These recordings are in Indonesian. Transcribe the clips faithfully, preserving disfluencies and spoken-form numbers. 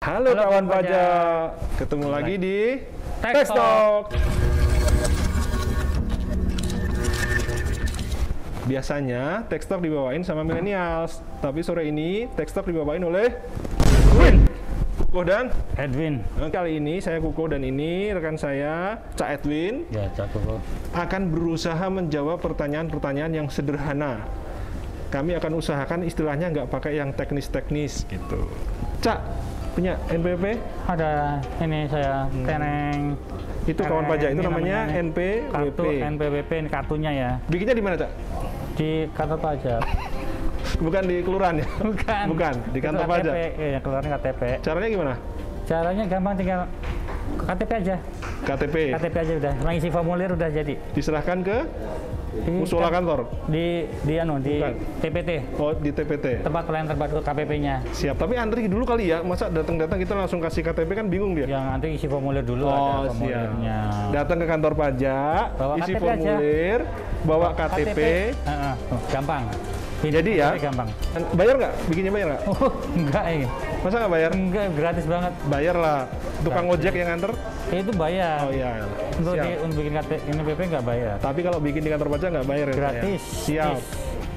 Halo, Halo kawan pajak. pajak, ketemu lagi di Tax Talk. Biasanya Tax Talk dibawain sama millennials, tapi sore ini Tax Talk dibawain oleh Win, Kuko dan Edwin. Kali ini saya Kuko dan ini rekan saya Cak Edwin. Ya, Cak Kuko. Akan berusaha menjawab pertanyaan-pertanyaan yang sederhana. Kami akan usahakan istilahnya nggak pakai yang teknis-teknis gitu. Cak, punya N P W P? Ada, ini saya hmm. teneng. Itu kawan pajak, itu namanya, namanya N P W P. Kartu N P W P, ini kartunya ya. Bikinnya di mana, Cak? Di kantor pajak. Bukan di kelurahan ya? Bukan. Bukan, di kantor K T P, pajak? Iya, kelurahan K T P. Caranya gimana? Caranya gampang, tinggal K T P aja. K T P? K T P aja udah, mengisi formulir udah jadi. Diserahkan ke? Di, musola kantor? Di, di, anu, di T P T. Oh, di T P T? Tempat pelayanan terpadu K P P-nya. Siap, tapi antri dulu kali ya? Masa datang-datang kita langsung kasih K T P kan bingung dia? Yang nanti isi formulir dulu, oh, ada formulirnya. Siap. Datang ke kantor pajak, bawa isi K T P formulir, aja. Bawa K T P. K T P. Uh, uh, gampang. Jadi ya, gampang. Bayar nggak? Bikinnya bayar nggak? Oh, enggak ya. Masa nggak bayar? Enggak, gratis banget. Bayar lah. Tukang ojek yang nganter? Ya, itu bayar. Oh iya. Untuk, di, untuk bikin K T P, N P W P nggak bayar. Tapi kalau bikin di kantor pajak nggak bayar ya? Gratis. Ya? Siap.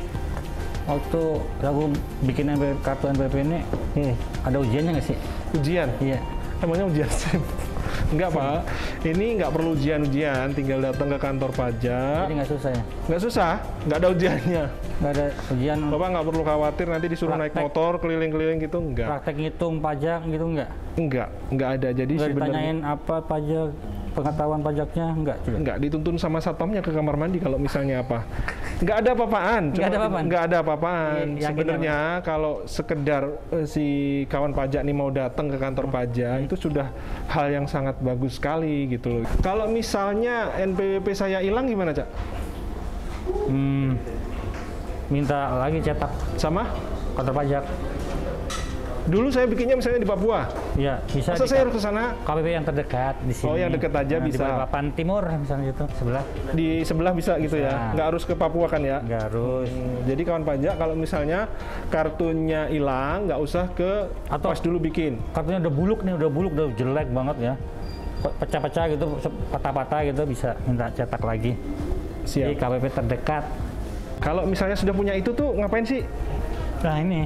Waktu aku bikin kartu N P W P ini, hmm. ada ujiannya nggak sih? Ujian? Iya. Emangnya ujian SIM? Enggak, Pak. Ini nggak perlu ujian-ujian, tinggal datang ke kantor pajak. Jadi nggak susah ya? Nggak susah, nggak ada ujiannya. Nggak ada ujian. Bapak nggak perlu khawatir nanti disuruh praktek, naik motor keliling-keliling gitu, enggak. Praktek ngitung pajak gitu enggak? Enggak, enggak ada. Jadi nggak sebenarnya ditanyain apa pajak, pengetahuan pajaknya, enggak juga? Enggak, dituntun sama satpamnya ke kamar mandi kalau misalnya apa. Enggak ada apa-apaan. Enggak ada apa-apaan? Enggak ada apa-apaan. Sebenarnya apa? kalau sekedar uh, si kawan pajak nih mau datang ke kantor pajak, hmm. itu sudah hal yang sangat bagus sekali gitu loh. Kalau misalnya N P W P saya hilang gimana, Cak? Hmm, minta lagi cetak sama kantor pajak. Dulu saya bikinnya misalnya di Papua. Iya, bisa. Masa saya harus ke sana? K P P yang terdekat di sini. Oh, yang dekat aja nah, bisa. Di Balikpapan Timur misalnya itu, sebelah. Di sebelah bisa gitu bisa. Ya? Nggak harus ke Papua kan ya? Nggak harus. Hmm, jadi kawan pajak kalau misalnya kartunya hilang, nggak usah ke atau pas dulu bikin. Kartunya udah buluk nih, udah buluk, udah jelek banget ya. Pecah-pecah gitu, patah-patah gitu bisa minta cetak lagi. Siap. Di K P P terdekat. Kalau misalnya sudah punya itu tuh ngapain sih? Nah ini.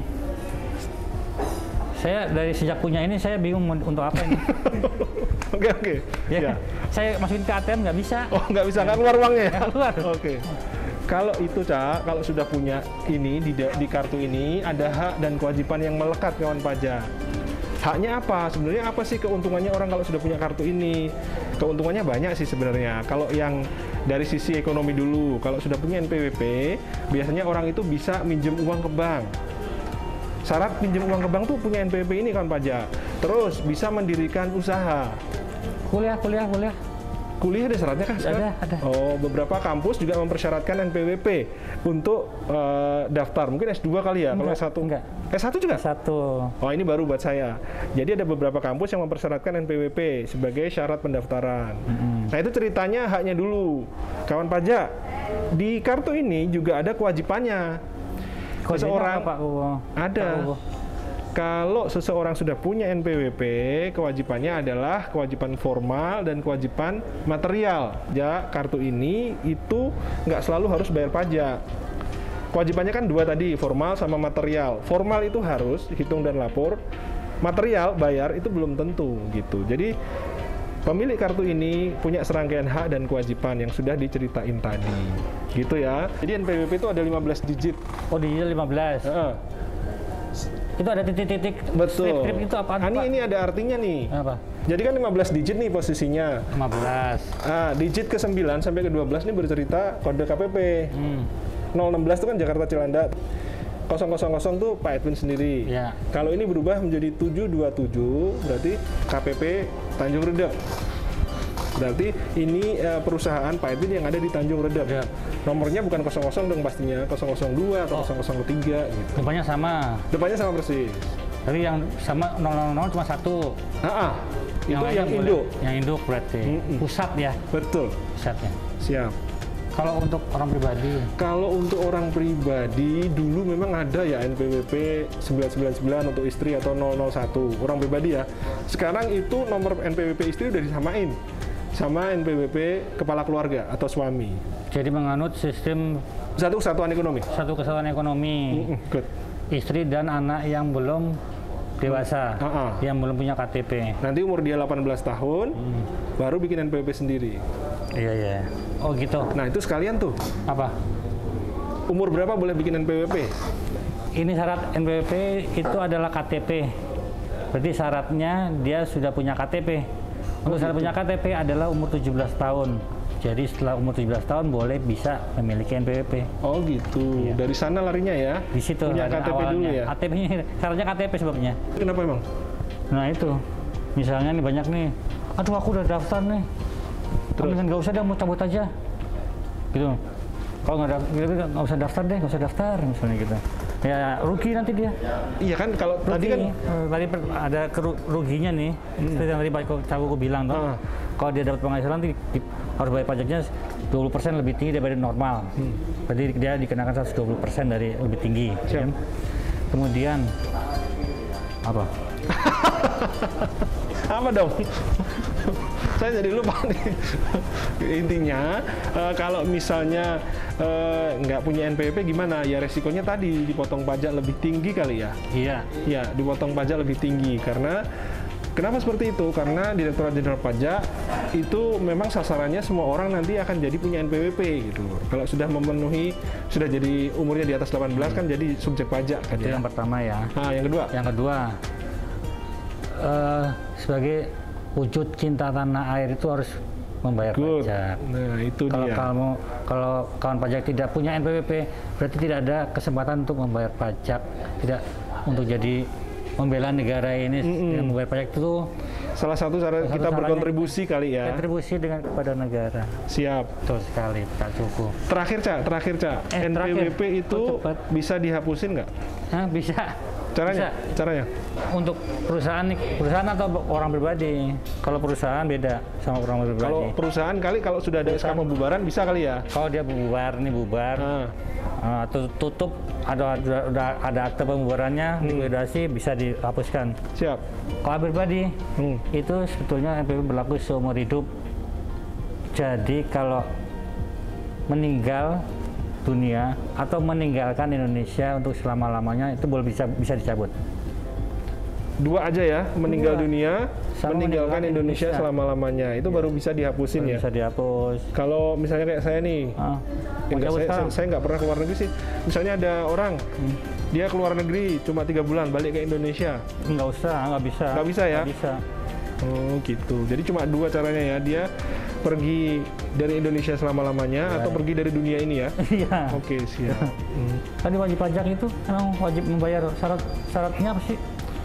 Saya dari sejak punya ini saya bingung untuk apa ini. Oke oke. Ya, ya. Saya masukin ke A T M nggak bisa. Oh nggak bisa, nggak keluar uangnya ya? Nggak keluar. Oke. Okay. Kalau itu Cak, kalau sudah punya ini di, di kartu ini ada hak dan kewajiban yang melekat kawan pajak. Haknya apa? Sebenarnya apa sih keuntungannya orang kalau sudah punya kartu ini? Keuntungannya banyak sih sebenarnya. Kalau yang dari sisi ekonomi dulu, kalau sudah punya N P W P, biasanya orang itu bisa minjem uang ke bank. Syarat pinjam uang ke bank tuh punya N P W P ini kan pajak. Terus bisa mendirikan usaha. Kuliah, kuliah, kuliah. Kuliah ada syaratnya kah? Ada, ada. Oh, beberapa kampus juga mempersyaratkan N P W P untuk uh, daftar. Mungkin S dua kali ya? Kalau S satu? Enggak. S satu juga? S satu. Oh, ini baru buat saya. Jadi ada beberapa kampus yang mempersyaratkan N P W P sebagai syarat pendaftaran. Mm-hmm. Nah, itu ceritanya haknya dulu. Kawan pajak, di kartu ini juga ada kewajibannya. Seseorang apa, Pak? Oh, ada. Oh. Kalau seseorang sudah punya N P W P, kewajibannya adalah kewajiban formal dan kewajiban material. Ya, kartu ini itu nggak selalu harus bayar pajak. Kewajibannya kan dua tadi, formal sama material. Formal itu harus hitung dan lapor. Material bayar itu belum tentu gitu. Jadi pemilik kartu ini punya serangkaian hak dan kewajiban yang sudah diceritain tadi. Gitu ya. Jadi N P W P itu ada lima belas digit. Oh, digit lima belas. Uh-uh. Itu ada titik-titik. Betul. Strip itu apaan, ini, Pak? ini ada artinya nih. Apa? Jadi kan lima belas digit nih posisinya. lima belas. Ah, digit ke sembilan sampai ke dua belas ini bercerita kode K P P. Hmm. nol enam belas itu kan Jakarta Cilandak. nol nol nol nol tuh Pak Edwin sendiri. Ya. Kalau ini berubah menjadi tujuh dua tujuh, berarti K P P Tanjung Redep. Berarti ini uh, perusahaan Pak Edwin yang ada di Tanjung Redep. Ya. Nomornya bukan nol nol dong pastinya, nol nol dua atau oh. nol nol tiga gitu. Depannya sama. Depannya sama persis. Tapi yang sama nol nol nol cuma satu. Ah, yang itu yang Indo. Indo. Yang Indo berarti. Mm -mm. Pusat ya. Betul. Pusatnya. Siap. Kalau untuk orang pribadi, Kalau untuk orang pribadi dulu memang ada ya N P W P sembilan sembilan sembilan untuk istri atau nol nol satu orang pribadi ya. Sekarang itu nomor N P W P istri udah disamain sama N P W P kepala keluarga atau suami. jadi menganut sistem Satu kesatuan ekonomi. satu kesatuan ekonomi, Mm-mm, good. istri dan anak yang belum dewasa, Ah, ah. yang belum punya K T P. Nanti umur dia delapan belas tahun, baru bikin N P W P sendiri. Iya iya. Oh gitu. Nah itu sekalian tuh, Apa? umur berapa boleh bikin N P W P? Ini syarat N P W P itu adalah K T P. Berarti syaratnya dia sudah punya K T P. Untuk syarat punya K T P adalah umur tujuh belas tahun. Jadi setelah umur tujuh belas tahun boleh bisa memiliki N P W P. Oh gitu, Iya. dari sana larinya ya? Di situ Punya ada K T P dulu ya? K T P-nya, syaratnya K T P sebabnya. Kenapa emang? Nah itu, misalnya nih banyak nih, aduh aku udah daftar nih, terus nggak usah deh, mau cabut aja, gitu. Kalau nggak daftar, nggak usah daftar deh, nggak usah daftar, misalnya gitu. Ya rugi nanti dia. Iya kan, kalau Rugi. tadi kan Eh, tadi per- ada keru- ruginya nih, seperti yang tadi Pak Cagup bilang tuh. Ah. Kalau dia dapat penghasilan nanti di- harus bayar pajaknya dua puluh persen lebih tinggi daripada normal. Berarti dia dikenakan seratus dua puluh persen dari lebih tinggi. Siap. kan? Kemudian apa? apa dong? Saya jadi lupa nih. Intinya eh, kalau misalnya eh, nggak punya N P W P gimana? Ya resikonya tadi dipotong pajak lebih tinggi kali ya. Iya. Ya, dipotong pajak lebih tinggi karena kenapa seperti itu? Karena Direktorat Jenderal Pajak itu memang sasarannya semua orang nanti akan jadi punya N P W P gitu. Kalau sudah memenuhi, sudah jadi umurnya di atas delapan belas kan jadi subjek pajak kan Itu ya. yang pertama ya. Nah, yang kedua. Yang kedua, eh, sebagai wujud cinta tanah air itu harus membayar Good. pajak. Nah, itu Kalau dia. kamu kalau kawan pajak tidak punya N P W P, berarti tidak ada kesempatan untuk membayar pajak, tidak untuk jadi membela negara ini dengan membayar pajak itu Salah satu cara Salah kita satu berkontribusi kali ya. kontribusi dengan kepada negara. Siap. Betul sekali, Pak Cukup. Terakhir, Cak, terakhir, Cak. Eh, N P W P terakhir. itu Oh, cepat. bisa dihapusin nggak? Nah, bisa. Caranya? Bisa. Caranya? Untuk perusahaan nih, perusahaan atau orang pribadi. Kalau perusahaan beda sama orang pribadi. Kalau perusahaan kali kalau sudah ada S K pembubaran bisa kali ya? Kalau dia bubar nih bubar, Nah, uh, tu- tutup ada ada, ada, ada akte pembubarannya, likuidasi bisa dihapuskan. siap. Kalau pribadi Hmm. itu sebetulnya N P W P berlaku seumur hidup. Jadi kalau meninggal dunia atau meninggalkan Indonesia untuk selama-lamanya itu boleh bisa bisa dicabut. Dua aja ya, meninggal Dua. dunia, Sama meninggalkan meninggalkan Indonesia, Indonesia. selama-lamanya. Itu baru bisa dihapusin Baru ya. bisa dihapus. Kalau misalnya kayak saya nih, Ah, ya mau nggak, cabut saya, sekarang? saya, saya nggak pernah keluar negeri sih. Misalnya ada orang, dia keluar negeri cuma tiga bulan, balik ke Indonesia. Nggak usah, nggak bisa. Nggak bisa ya? Nggak bisa. Oh gitu. Jadi cuma dua caranya ya. Dia pergi dari Indonesia selama-lamanya atau pergi dari dunia ini ya. Iya. Oke, siap. Hmm. Tadi wajib pajak itu emang wajib membayar syarat syaratnya apa sih?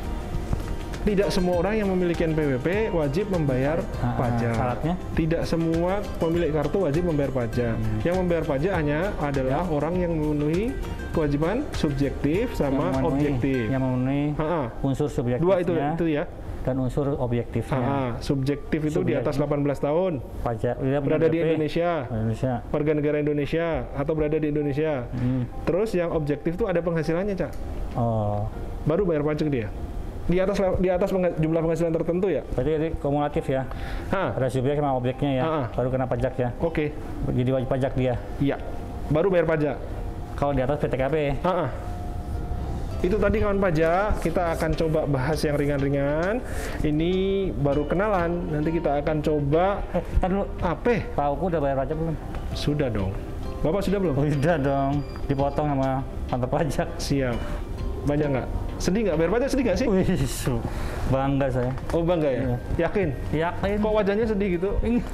Tidak semua orang yang memiliki N P W P wajib membayar Ah, ah, pajak. syaratnya? Tidak semua pemilik kartu wajib membayar pajak. Hmm. Yang membayar pajak hanya adalah orang yang memenuhi kewajiban subjektif sama Yang memenuhi- objektif. Yang memenuhi Ah, ah. unsur subjektifnya Dua itu itu ya. dan unsur objektifnya. Ah, ah. Subjektif itu di atas Subjektif. delapan belas tahun, Pajak dia punya berada di N P W P. Indonesia, Indonesia. warga negara Indonesia atau berada di Indonesia. Hmm. Terus yang objektif itu ada penghasilannya, Cak. Oh, Baru bayar pajak dia. Di atas di atas pengha- jumlah penghasilan tertentu ya. berarti ini kumulatif ya. Ah, Ada subjek sama objeknya ya. Ah, ah. Baru kena pajak ya. oke. Jadi wajib pajak dia. Iya. Baru bayar pajak. Kalau di atas P T K P. Ah, ah. Itu tadi kawan pajak, kita akan coba bahas yang ringan-ringan. Ini baru kenalan, nanti kita akan coba Eh, tar dulu. apa? Pak Uku udah bayar pajak belum? Sudah dong. Bapak sudah belum? Oh, udah dong. Dipotong sama kantor pajak. Siap. Banyak nggak? Sedih nggak? Bayar pajak sedih nggak sih? Wih, su- bangga saya. Oh bangga ya? Yakin? Yakin. Kok wajahnya sedih gitu?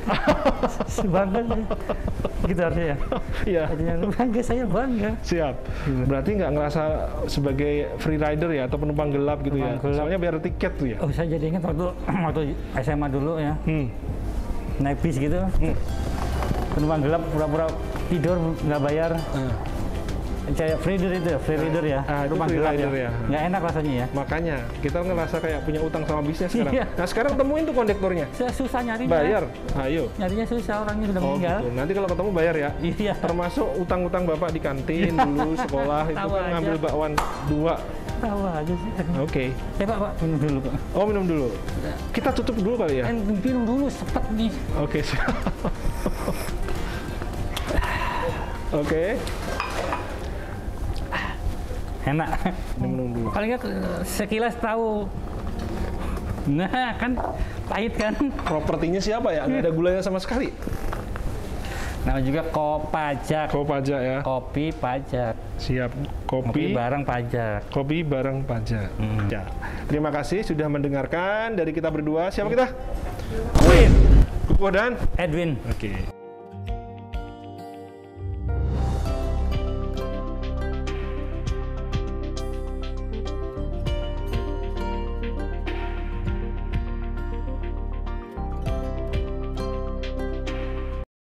Bangga saya. Gitu harusnya ya. Iya. Artinya bangga, saya bangga. Siap. Berarti nggak ngerasa sebagai free rider ya atau penumpang gelap gitu ya? Penumpang gelap. Soalnya bayar tiket tuh ya. Oh, saya jadi ingat waktu waktu S M A dulu ya, Hmm. naik bis gitu. Hmm. Penumpang gelap pura-pura tidur nggak bayar. Ah. Kayak free reader itu, free reader ya. Ah, itu Rumah free gelap rider ya. Nggak enak rasanya ya. Makanya kita ngerasa kayak punya utang sama bisnis sekarang. Iya. Nah sekarang temuin tuh kondektornya. Saya susah nyarinya. Bayar. Ayo. Nyarinya susah, orangnya sudah Oh meninggal. gitu. Nanti kalau ketemu bayar ya. Iya. Termasuk utang-utang bapak di kantin dulu sekolah itu Tahu kan aja. ngambil bakwan dua. Tahu aja sih. Oke. Eh Pak, Pak, minum dulu Pak. Oh minum dulu. Kita tutup dulu kali ya. Eh, minum dulu, sepet nih. Oke. siap. Oke. Enak. Minum dulu. Paling nggak eh, sekilas tahu. Nah, kan pahit kan. Propertinya siapa ya? Nggak ada gulanya sama sekali. Nama juga Kopajak. Kopi pajak ya. Kopi pajak. Siap. Kopi Kopi. barang pajak. Kopi bareng pajak. Hmm. Ya. Terima kasih sudah mendengarkan dari kita berdua. Siapa kita? Queen. Kukuh dan Edwin. Oke.